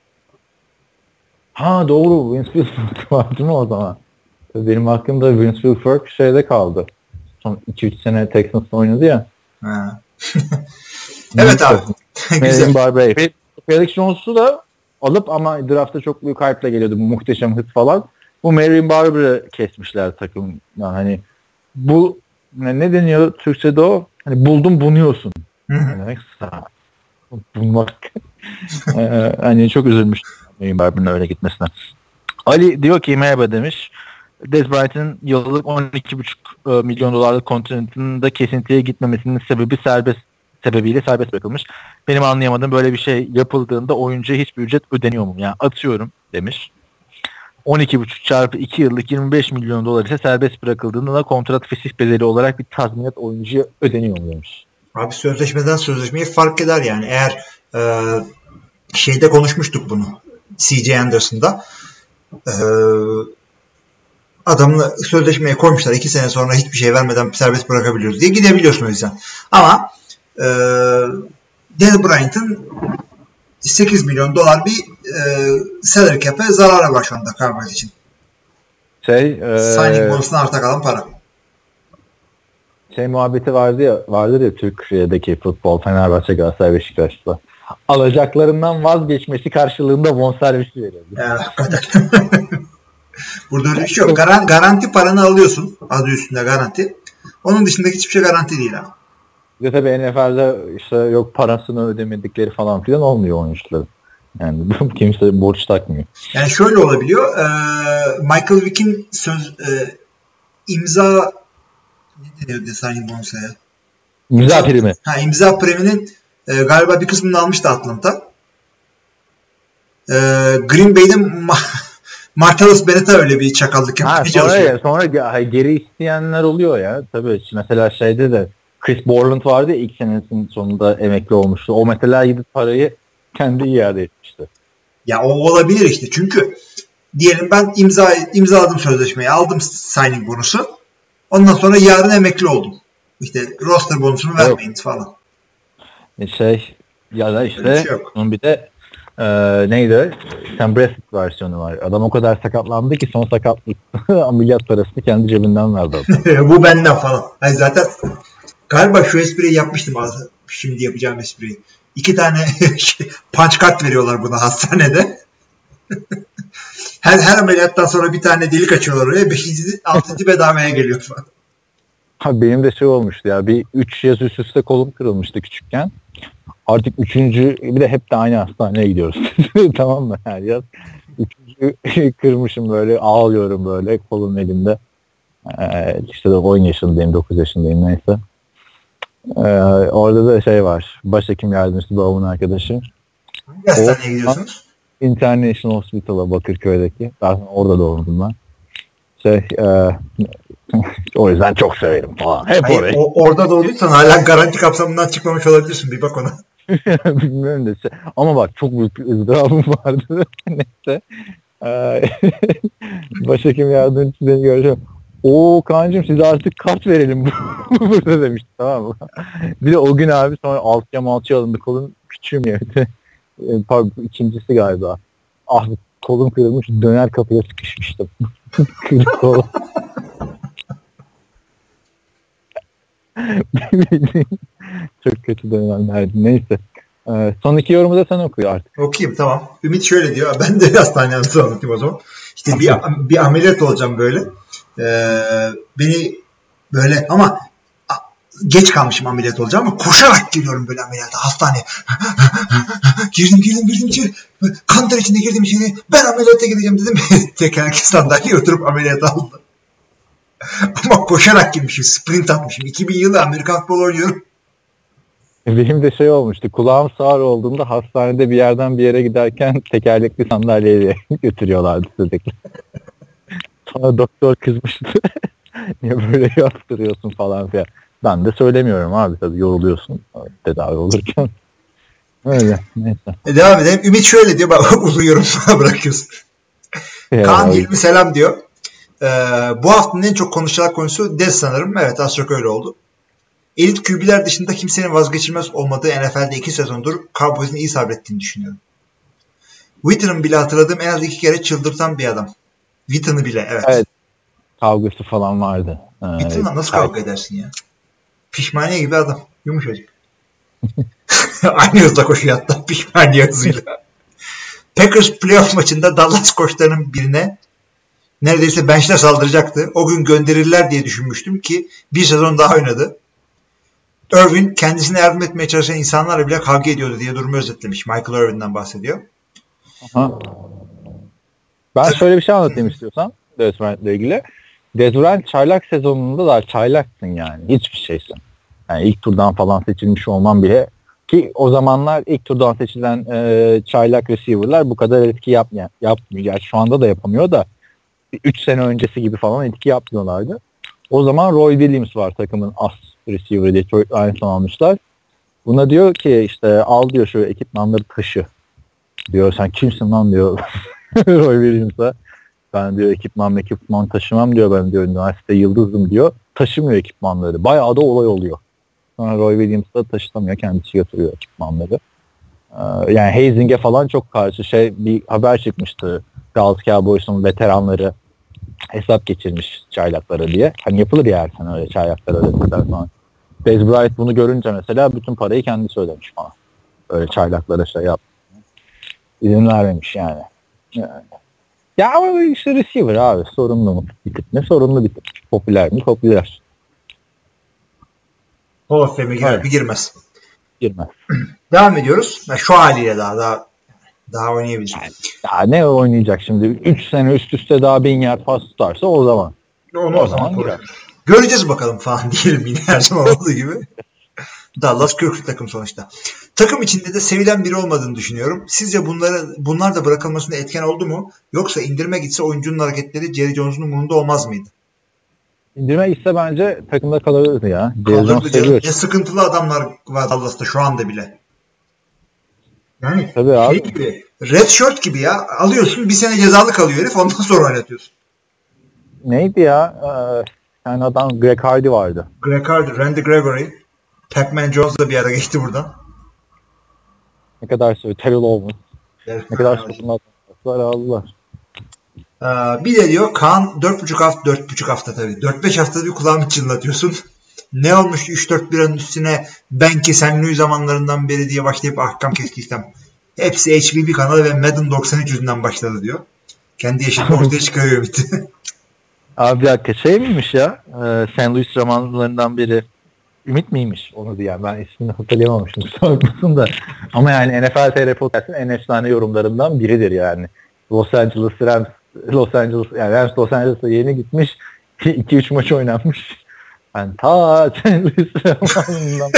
Speaker 3: Ha doğru. Vince Wilfork var değil mi o zaman? Benim aklımda Vince Wilfork şeyde kaldı. Son 2-3 sene Texans'ta oynadı ya.
Speaker 2: Ha. Evet abi.
Speaker 3: Marion Barber. Felix Jones'u da alıp ama draftta çok büyük hype'la geliyordu. Bu muhteşem hız falan. Bu Marion Barber'ı kesmişler takım. Yani hani bu ne deniyor Türkçe'de o? Hani buldum bunuyorsun. Ne demek? Bulmak. Hani çok üzülmüştüm Marion Barber'ın öyle gitmesine. Ali diyor ki merhaba demiş. Dez Bryant'ın yıllık $12,5 milyon kontratında kesintiye gitmemesinin sebebiyle serbest bırakılmış. Benim anlayamadığım böyle bir şey yapıldığında oyuncuya hiçbir ücret ödeniyor mu? Yani atıyorum demiş. 12,5 çarpı 2 yıllık 25 milyon dolar ise serbest bırakıldığında da kontrat fesih bedeli olarak bir tazminat oyuncuya ödeniyor muymuş?
Speaker 2: Abi sözleşmeden sözleşmeye fark eder yani. Eğer şeyde konuşmuştuk bunu. C.J. Anderson'da. Adamla sözleşmeye koymuşlar. 2 sene sonra hiçbir şey vermeden serbest bırakabiliyoruz diye gidebiliyorsun o yüzden. Ama Dez Bryant'ın 8 milyon dolar bir salary cap'e zararı var şu anda Cowboys için. Signing bonusuna arta kalan para.
Speaker 3: Muhabbeti vardır ya Türkiye'deki futbol, Fenerbahçe, Galatasaray, Beşiktaş'ta. Alacaklarından vazgeçmesi karşılığında bonservisi veriyor.
Speaker 2: Evet, hakikaten. Burada öyle bir şey yok. Garanti paranı alıyorsun. Adı üstünde garanti. Onun dışındaki hiçbir şey garanti değil abi.
Speaker 3: Bir de tabii NFL'de işte yok parasını ödemedikleri falan filan olmuyor oyuncuların. Yani kimse borç takmıyor.
Speaker 2: Yani şöyle olabiliyor. Michael Vick'in imza ne deniyordu signing bonus'a ya?
Speaker 3: İmza primi.
Speaker 2: İmza priminin galiba bir kısmını almıştı Atlanta. Green Bay'de Martellus Bennett'a öyle bir çakallık yapıyor.
Speaker 3: Sonra geri isteyenler oluyor ya. Tabii mesela şeyde de Chris Borland vardı ya ilk senesinin sonunda emekli olmuştu. O mesela gidip parayı kendi iade etmişti.
Speaker 2: Ya o olabilir işte. Çünkü diyelim ben imzaladım sözleşmeyi. Aldım signing bonusu. Ondan sonra yarın emekli oldum. İşte roster bonusunu vermeyin falan.
Speaker 3: Ya da işte bunun bir de neydi? Sam Bradford versiyonu var. Adam o kadar sakatlandı ki son sakatlık ameliyat parasını kendi cebinden verdi.
Speaker 2: Bu benden falan. Hayır, zaten galiba şu espriyi yapmıştım. Şimdi yapacağım espriyi. 2 tane punch card veriyorlar buna hastanede. her ameliyattan sonra bir tane delik açıyorlar oraya. 5. 6. bedavaya geliyor falan.
Speaker 3: Benim de olmuştu ya. Bir 3 yaz üst üste kolum kırılmıştı küçükken. Artık 3. bir de hep de aynı hastaneye gidiyoruz. Tamam mı? Her yaz 3. kırmışım böyle ağlıyorum böyle kolum elimde. İşte de 10 yaşındayım 9 yaşındayım neyse. Orada da var. Başhekim yardımcısı babamın arkadaşı.
Speaker 2: Hangi hastaneye gidiyorsunuz?
Speaker 3: International Hospital'a Bakırköy'deki. Zaten orada doğdum ben. O yüzden çok severim falan. Hep orayı.
Speaker 2: Orada doğduysan hala garanti kapsamından çıkmamış olabilirsin. Bir bak ona.
Speaker 3: Bilmiyorum da ama bak çok büyük bir ızdırabım vardı. Neyse. Başhekim yardımcısı beni göreceğim. Kaan'cığım size artık kart verelim burada demişti, tamam mı? Bir de o gün abi sonra alçıya alındı. Kolum küçüğüm ya. Pardon, ikincisi galiba. Kolum kırılmış, döner kapıya sıkışmıştım. Kırık kolum. Çok kötü dönemlerdi. Neyse. Son 2 yorumu da sen oku artık.
Speaker 2: Okuyayım, tamam. Ümit şöyle diyor. Ben de hastane anısı anlatayım o zaman. İşte bir ameliyat olacağım böyle. Beni böyle ama geç kalmışım ameliyat olacağım ama koşarak geliyorum böyle ameliyata hastaneye. girdim içeri. Kan ter içinde girdim içeri. Ben ameliyata gideceğim dedim. Tekerlekli sandalyeye oturup ameliyat aldım. Ama koşarak girmişim. Sprint atmışım. 2000 yılı Amerikan futbolu oynuyorum.
Speaker 3: Benim de olmuştu. Kulağım sağır olduğunda hastanede bir yerden bir yere giderken tekerlekli sandalyeyle götürüyorlardı sürekli. Sonra doktor kızmıştı. Niye böyle yaptırıyorsun falan filan. Ben de söylemiyorum abi, tabii yoruluyorsun tedavi olurken. Öyle, neyse.
Speaker 2: Devam edelim. Ümit şöyle diyor. Bak uzun yorum bırakıyorsun. Kaan 20 selam diyor. Bu haftanın en çok konuşulan konusu Dez sanırım. Evet, az çok öyle oldu. Elit QB'ler dışında kimsenin vazgeçilmez olmadığı NFL'de 2 sezondur Cowboys'un iyi sabrettiğini düşünüyorum. Witten'ın bile hatırladığım en az 2 kere çıldırtan bir adam. Witten'ı bile, evet.
Speaker 3: Kavgası falan vardı.
Speaker 2: Witten'la nasıl kavga edersin ya? Pişmaniye gibi adam. Yumuşacık. Aynı hızla koşuyor hatta pişmaniye hızıyla. Packers playoff maçında Dallas koçlarının birine neredeyse bench'le saldıracaktı. O gün gönderirler diye düşünmüştüm ki bir sezon daha oynadı. Irvin kendisine yardım etmeye çalışan insanlarla bile kavga ediyordu diye durumu özetlemiş. Michael Irvin'den bahsediyor.
Speaker 3: Aha. Ben şöyle bir şey anlatayım istiyorsan Dez Bryant'le ilgili. Dez Bryant çaylak sezonunda da çaylaksın yani. Hiçbir şeysin. Yani ilk turdan falan seçilmiş olman bile Ki o zamanlar ilk turdan seçilen çaylak receiver'lar bu kadar etki yapmıyor. Gerçi şu anda da yapamıyor da 3 sene öncesi gibi falan etki yapmıyorlardı. O zaman Roy Williams var takımın as receiver'ı, Detroit Lions'tan almışlar. Buna diyor ki işte al diyor şu ekipmanları taşı. Diyor sen kimsin lan diyor Roy Williams'a. Ben diyor ekipman taşımam diyor, ben diyor üniversite yıldızım diyor. Taşımıyor ekipmanları. Bayağı da olay oluyor. Sonra Roy Williams da taşıtamıyor. Kendisi götürüyor ekipmanları. Yani hazing'e falan çok karşı bir haber çıkmıştı. Dallas Cowboys'un veteranları hesap geçirmiş çaylaklara diye. Hani yapılır ya her sene öyle çaylaklara ödedikler falan. Dez Bryant bunu görünce mesela bütün parayı kendisi ödemiş falan. Öyle çaylaklara yap. İzin vermemiş yani. Ya ama işte receiver abi. Sorunlu mu bir tip mi? Sorunlu bir tip. Popüler mi? Popüler.
Speaker 2: Hall of Fame'e girer mi? Girmez.
Speaker 3: Girmez.
Speaker 2: Devam ediyoruz. Şu haliyle daha oynayabilir.
Speaker 3: Ya ne oynayacak şimdi? 3 sene üst üste daha 1000 yard pas tutarsa o zaman.
Speaker 2: O zaman girer. Göreceğiz bakalım falan diyelim yine her zaman olduğu gibi. Dallas köklü takım sonuçta. Takım içinde de sevilen biri olmadığını düşünüyorum. Sizce bunlar da bırakılmasına etken oldu mu? Yoksa indirme gitse oyuncunun hareketleri Jerry Jones'un umurunda olmaz mıydı?
Speaker 3: İndirme gitse bence takımda kalırdı ya.
Speaker 2: Kalırdı. Ne sıkıntılı adamlar var Dallas'ta şu anda bile. Yani
Speaker 3: tabii
Speaker 2: gibi. Red Shirt gibi ya. Alıyorsun bir sene cezalı kalıyor herif, ondan sonra oynatıyorsun.
Speaker 3: Neydi ya? Yani adam Greg Hardy vardı.
Speaker 2: Greg Hardy, Randy Gregory. Pac-Man Jones da bir ara geçti buradan.
Speaker 3: Ne kadar söylüyor? Terrell Owens. Ne kadar sorunlar aldılar.
Speaker 2: Bir de diyor Kaan 4,5 hafta tabii. 4-5 haftada bir kulağımı çınlatıyorsun. Ne olmuş 3-4 biranın üstüne ben ki sen Louis zamanlarından beri diye başlayıp ahkam kestiysem. Hepsi HBB kanalı ve Madden 93 yüzünden başladı diyor. Kendi yaşını ortaya çıkarıyor bitti.
Speaker 3: Abi bir dakika miymiş ya? St. Louis zamanlarından biri Ümit miymiş? Onu diyen ben ismini hatırlayamamışım. Sormasın da. Ama yani NFL TR Podcast'ın en efsane yorumlarından biridir yani. Los Angeles yani Los Angeles'a yeni gitmiş. 2-3 maç oynanmış. Yani ta St. Louis zamanlarından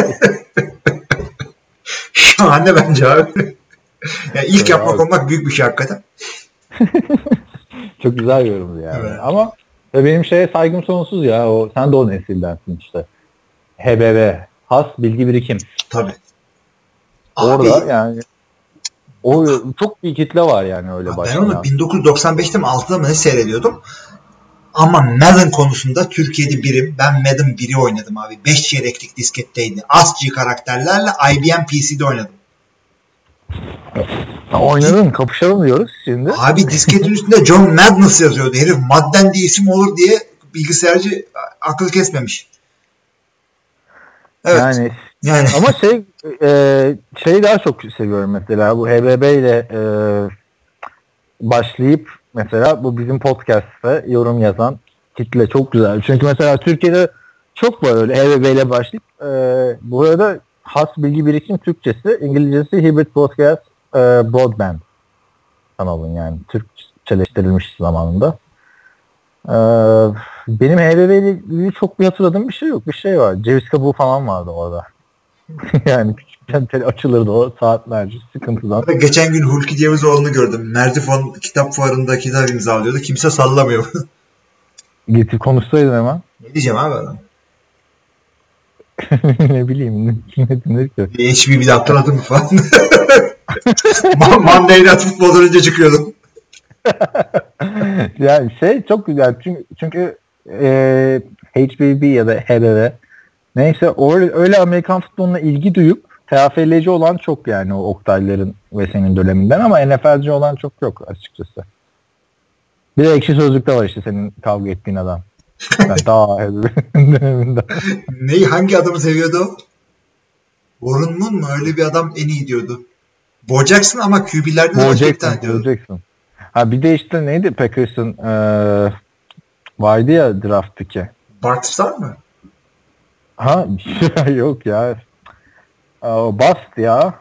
Speaker 2: Şahane bence abi. Yani ilk yapmak olmak büyük bir şey hakikaten.
Speaker 3: Çok güzel yorumdu yani.
Speaker 2: Evet.
Speaker 3: Ama benim saygım sonsuz ya. Sen de o nesildensin işte. HBB. Has bilgi birikim.
Speaker 2: Tabii.
Speaker 3: Orada abi, yani o çok bir kitle var yani öyle başlayan.
Speaker 2: Ben onu 1995'te mi 6'da mı ne seyrediyordum. Ama Madden konusunda Türkiye'de birim. Ben Madden 1'i oynadım abi. 5 çeyreklik disketteydi. ASCII karakterlerle IBM PC'de oynadım.
Speaker 3: Oynadın, kapışalım diyoruz şimdi.
Speaker 2: Abi disketin üstünde John Madness yazıyordu. Herif Madden diye isim olur diye bilgisayarcı akıl kesmemiş. Evet. Yani.
Speaker 3: Ama şeyi daha çok seviyorum mesela. Bu HBB ile başlayıp mesela bu bizim podcast'ta yorum yazan kitle çok güzel. Çünkü mesela Türkiye'de çok var öyle HBB ile başlayıp bu arada has bilgi birikim Türkçesi, İngilizcesi Hybrid Podcast Broadband kanalın yani Türkçeleştirilmiş zamanında. Benim HBB ile ilgili çok bir hatırladığım bir şey yok. Bir şey var. Ceviz kabuğu falan vardı orada. Yani küçükken açılırdı o saatlerce sıkıntıdan.
Speaker 2: Geçen gün Hulki Cevizoğlu'nu gördüm. Merzifon kitap fuarında kitap imzalıyordu. Kimse sallamıyor.
Speaker 3: Getir konuşsaydın hemen.
Speaker 2: Ne diyeceğim abi adam?
Speaker 3: Ne bileyim. Ne denir ki?
Speaker 2: HB'yi de hatırladın mı falan. Monday Night Football'dan önce çıkıyordum.
Speaker 3: Yani çok güzel. Çünkü HBB ya da HBB neyse öyle Amerikan futboluna ilgi duyup TFL'ci olan çok yani o Oktayların ve senin döneminden ama NFL'ci olan çok yok açıkçası. Bir de Ekşi Sözlük'te var işte senin kavga ettiğin adam. Yani daha döneminden.
Speaker 2: Hangi adamı seviyordu o? Warren Moon mu? Öyle bir adam en iyi diyordu. Bo Jackson ama QB'lerde de rakipten diyordu.
Speaker 3: Jackson. Ha bir de işte neydi Packers'ın vardı ya draft pick'i.
Speaker 2: Bart Starr mı?
Speaker 3: Ha yok ya. Bast ya.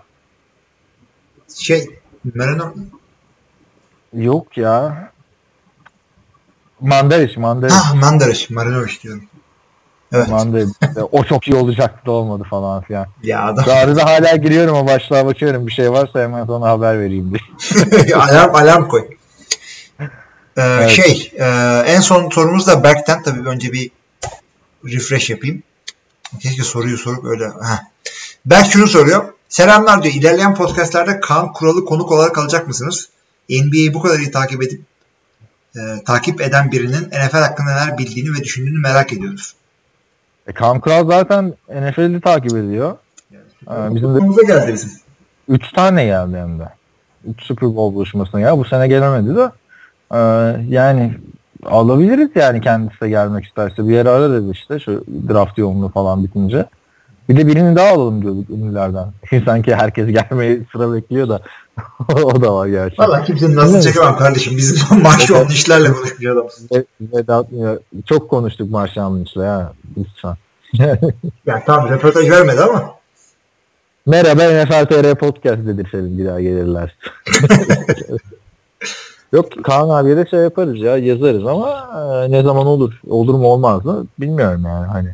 Speaker 2: Marino.
Speaker 3: Yok ya. Mandariş.
Speaker 2: Mandariş. Marinovic diyorum. Evet.
Speaker 3: O çok iyi olacaktı da olmadı falan filan.
Speaker 2: Ya adam.
Speaker 3: Arada hala giriyorum o başlığa bakıyorum. Bir şey varsa hemen sana haber vereyim diye.
Speaker 2: alarm koy.
Speaker 3: Evet.
Speaker 2: En son sorumuz da Berk'ten. Tabii önce bir refresh yapayım. Keşke soruyu sorup öyle. Berk şunu soruyor. Selamlar diyor. İlerleyen podcastlerde Kaan Kural'ı konuk olarak alacak mısınız? NBA'yi bu kadar iyi takip eden birinin NFL hakkında neler bildiğini ve düşündüğünü merak ediyoruz.
Speaker 3: Kaan Kural zaten NFL'i takip ediyor. Bizim de
Speaker 2: geldi bizim.
Speaker 3: 3 tane geldi hem de. 3 Super Bowl buluşmasına ya. Bu sene gelemedi de. Yani alabiliriz yani kendisi de gelmek isterse. Bir yere ararız işte şu draft yoğunluğu falan bitince. Bir de birini daha alalım diyorduk ünlülerden. Sanki herkes gelmeyi sıra bekliyor da o da var gerçekten.
Speaker 2: Valla kimsenin nasıl çekemem kardeşim. Bizim Marşanlı işlerle konuşmuyor adam.
Speaker 3: Çok konuştuk Marşanlı işle ya. Lütfen.
Speaker 2: Yani tamam röportaj vermedi ama.
Speaker 3: Merhaba NFL TR Podcast dedirselim bir daha gelirler. Yok Kaan abiye de şey yaparız ya yazarız ama ne zaman olur mu olmaz mı bilmiyorum yani hani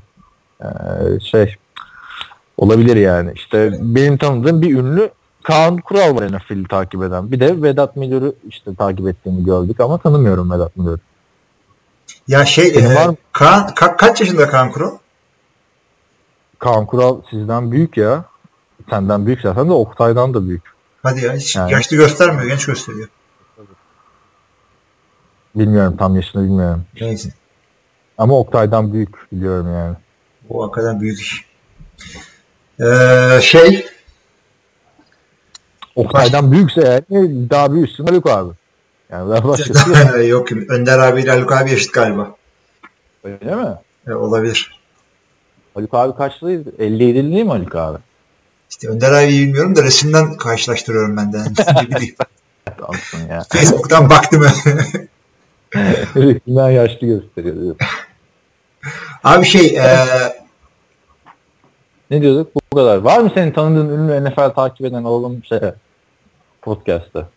Speaker 3: olabilir yani işte benim tanıdığım bir ünlü Kaan Kural var NFL'i takip eden bir de Vedat Milor'u işte takip ettiğini gördük ama tanımıyorum Vedat Milor'u.
Speaker 2: Ya Kaan, kaç yaşında Kaan Kural?
Speaker 3: Kaan Kural sizden büyük ya senden büyük zaten de Oktay'dan da büyük.
Speaker 2: Hadi ya hiç yani. Yaşlı göstermiyor genç gösteriyor.
Speaker 3: Bilmiyorum tam yaşını bilmiyorum.
Speaker 2: Neyse.
Speaker 3: Ama Oktay'dan büyük biliyorum yani.
Speaker 2: O hakikaten büyük iş.
Speaker 3: Oktay'dan büyükse yani daha büyüksün Haluk abi. Yani daha başkası
Speaker 2: yok. Önder abiyle Haluk abi eşit galiba.
Speaker 3: Öyle mi?
Speaker 2: Olabilir.
Speaker 3: Haluk abi kaçlıydı? 57'li değil mi Haluk abi?
Speaker 2: İşte Önder abiyi bilmiyorum da resimden karşılaştırıyorum ben de.
Speaker 3: Ya.
Speaker 2: Facebook'tan baktım.
Speaker 3: Resimden yaşlı gösteriyor.
Speaker 2: Abi
Speaker 3: ne diyorduk? Bu kadar. Var mı senin tanıdığın ünlü NFL takip eden oğlum podcast'ta?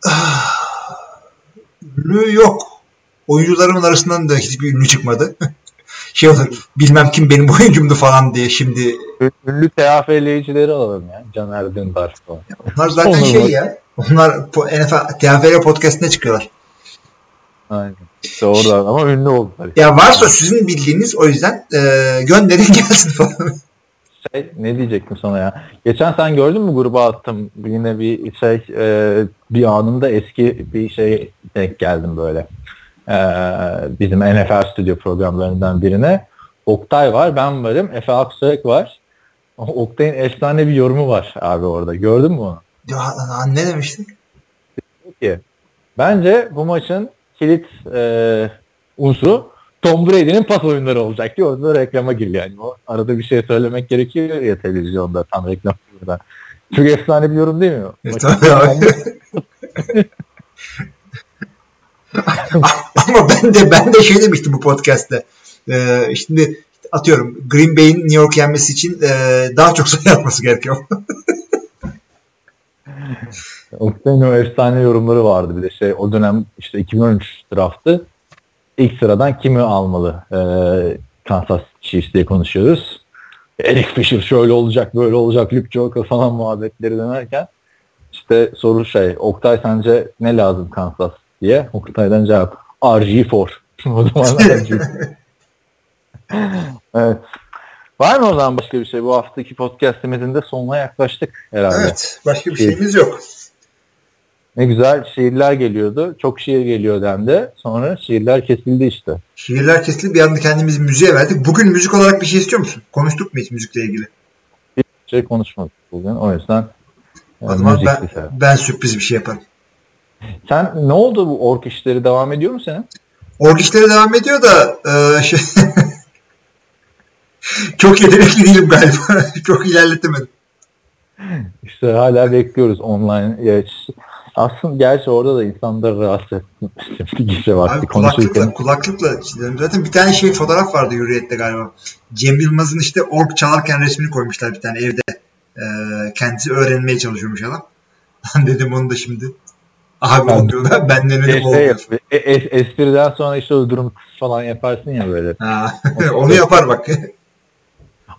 Speaker 2: Ünlü yok. Oyuncularımın arasından da hiçbir ünlü çıkmadı. Olur. Bilmem kim benim oyuncumdu falan diye şimdi.
Speaker 3: Ünlü TFL'cileri alalım ya. Caner Dündar falan.
Speaker 2: Onlar zaten ya. Onlar NFL TFL podcast'ine çıkıyorlar.
Speaker 3: Aynen. İşte oradan ama ünlü oldular.
Speaker 2: Ya varsa sizin bildiğiniz o yüzden gönderin gelsin falan.
Speaker 3: Ne diyecektim sana ya? Geçen sen gördün mü gruba attım. Yine bir bir anında eski bir denk geldim böyle. Bizim NFL stüdyo programlarından birine. Oktay var, ben varım, Efe Aksoyak var. Oktay'ın efsane bir yorumu var abi orada. Gördün mü onu?
Speaker 2: Ya ne demiştin?
Speaker 3: Peki. Bence bu maçın kilit unsuru Tom Brady'nin pas oyunları olacak diyor. Orada reklama giriyor yani. O arada bir şey söylemek gerekiyor ya televizyonda tam reklam burada. Çok efsane bir yorum değil mi?
Speaker 2: Tabii abi. Ama ben de demiştim bu podcast'te. Şimdi atıyorum Green Bay'in New York yenmesi için daha çok sayı atması gerekiyor.
Speaker 3: Oktay'ın o efsane yorumları vardı bir de o dönem işte 2013 draftı ilk sıradan kimi almalı Kansas Chiefs diye konuşuyoruz. Eric Fisher şöyle olacak böyle olacak Luke Joker falan muhabbetleri dönerken işte soru Oktay sence ne lazım Kansas diye Oktay'dan cevap RG4. O zaman RG4. Evet. Var mı o zaman başka bir şey? Bu haftaki podcast'imizin de sonuna yaklaştık herhalde.
Speaker 2: Evet. Başka bir şeyimiz yok.
Speaker 3: Ne güzel şiirler geliyordu. Çok şiir geliyor dendi. Sonra şiirler kesildi işte.
Speaker 2: Şiirler kesildi. Bir anda kendimizi müziğe verdik. Bugün müzik olarak bir şey istiyor musun? Konuştuk mu hiç müzikle ilgili?
Speaker 3: Bir şey konuşmadık bugün. O yüzden
Speaker 2: o zaman ben sürpriz bir şey yaparım.
Speaker 3: Sen ne oldu bu ork işleri devam ediyor mu senin?
Speaker 2: Ork işleri devam ediyor da çok yetenekli değilim galiba. Çok ilerletemedim.
Speaker 3: İşte hala bekliyoruz online. Aslında gerçi orada da insanları rahatsız etmiş bir gece var.
Speaker 2: Abi kulaklıkla zaten bir tane fotoğraf vardı Hürriyet'te galiba. Cem Yılmaz'ın işte ork çalarken resmini koymuşlar bir tane evde. Kendisi öğrenmeye çalışıyormuş adam. Dedim onu da şimdi. Abi oluyor da benden öyle olmuyor.
Speaker 3: Espriden sonra işte o durum falan yaparsın ya böyle.
Speaker 2: Onu yapar bak.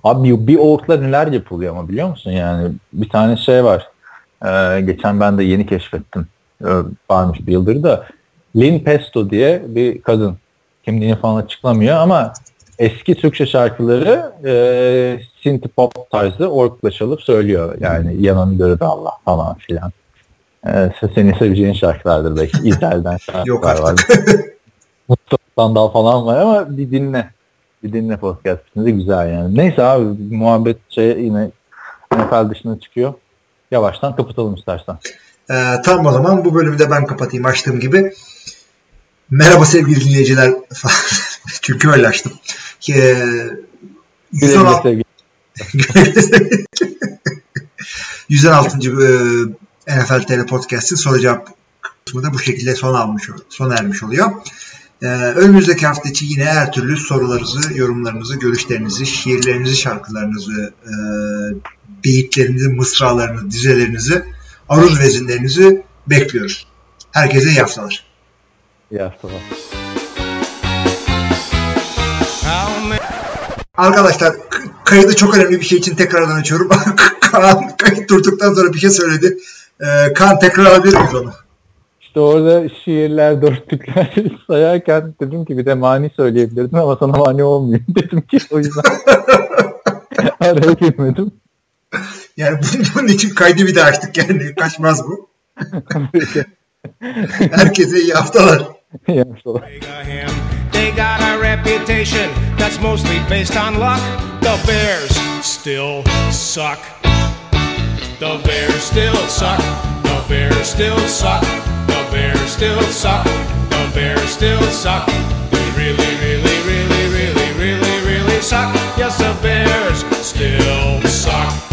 Speaker 3: Abi bir orkla neler yapılıyor ama biliyor musun? Yani bir tane şey var. Geçen ben de yeni keşfettim. Varmış bir yıldır da. Lynn Pesto diye bir kadın. Kimliğini falan açıklamıyor ama eski Türkçe şarkıları synth pop tarzı orkla çalıp söylüyor. Yani yanını görüp Allah falan filan. Senin seveceğin şarkılardır belki. İzel'den şarkılar
Speaker 2: Yok
Speaker 3: var. Mustafa Sandal falan var ama bir dinle. Bir dinle podcast'inde güzel yani. Neyse abi muhabbet yine NFL dışına çıkıyor. Yavaştan kapatalım istersen.
Speaker 2: Tamam o zaman bu bölümü de ben kapatayım açtığım gibi. Merhaba sevgili dinleyiciler. Çünkü öyle açtım. 116. NFL TR Podcast'ın soru cevap kısmı da bu şekilde sona ermiş oluyor. Önümüzdeki hafta için yine her türlü sorularınızı, yorumlarınızı, görüşlerinizi, şiirlerinizi, şarkılarınızı, beyitlerinizi, mısralarınızı, dizelerinizi, aruz vezinlerinizi bekliyoruz. Herkese iyi haftalar.
Speaker 3: İyi haftalar.
Speaker 2: Arkadaşlar kaydı çok önemli bir şey için tekrardan açıyorum. Kaan kayıt durduktan sonra bir şey söyledi. Kaan tekrar alabilir miyiz onu?
Speaker 3: İşte orada şiirler, dörtlükler sayarken dedim ki bir de mani söyleyebilirdin ama sana mani olmuyor dedim ki o yüzden araya girmedim.
Speaker 2: Yani bunun için kaydı bir de açtık yani kaçmaz bu. Herkese iyi haftalar.
Speaker 3: İyi haftalar.
Speaker 4: They got a reputation that's mostly based on luck. The Bears still suck. The Bears still suck. The Bears still suck. The Bears still suck. The Bears still suck. They really, really, really, really, really, really suck. Yes, the Bears still suck.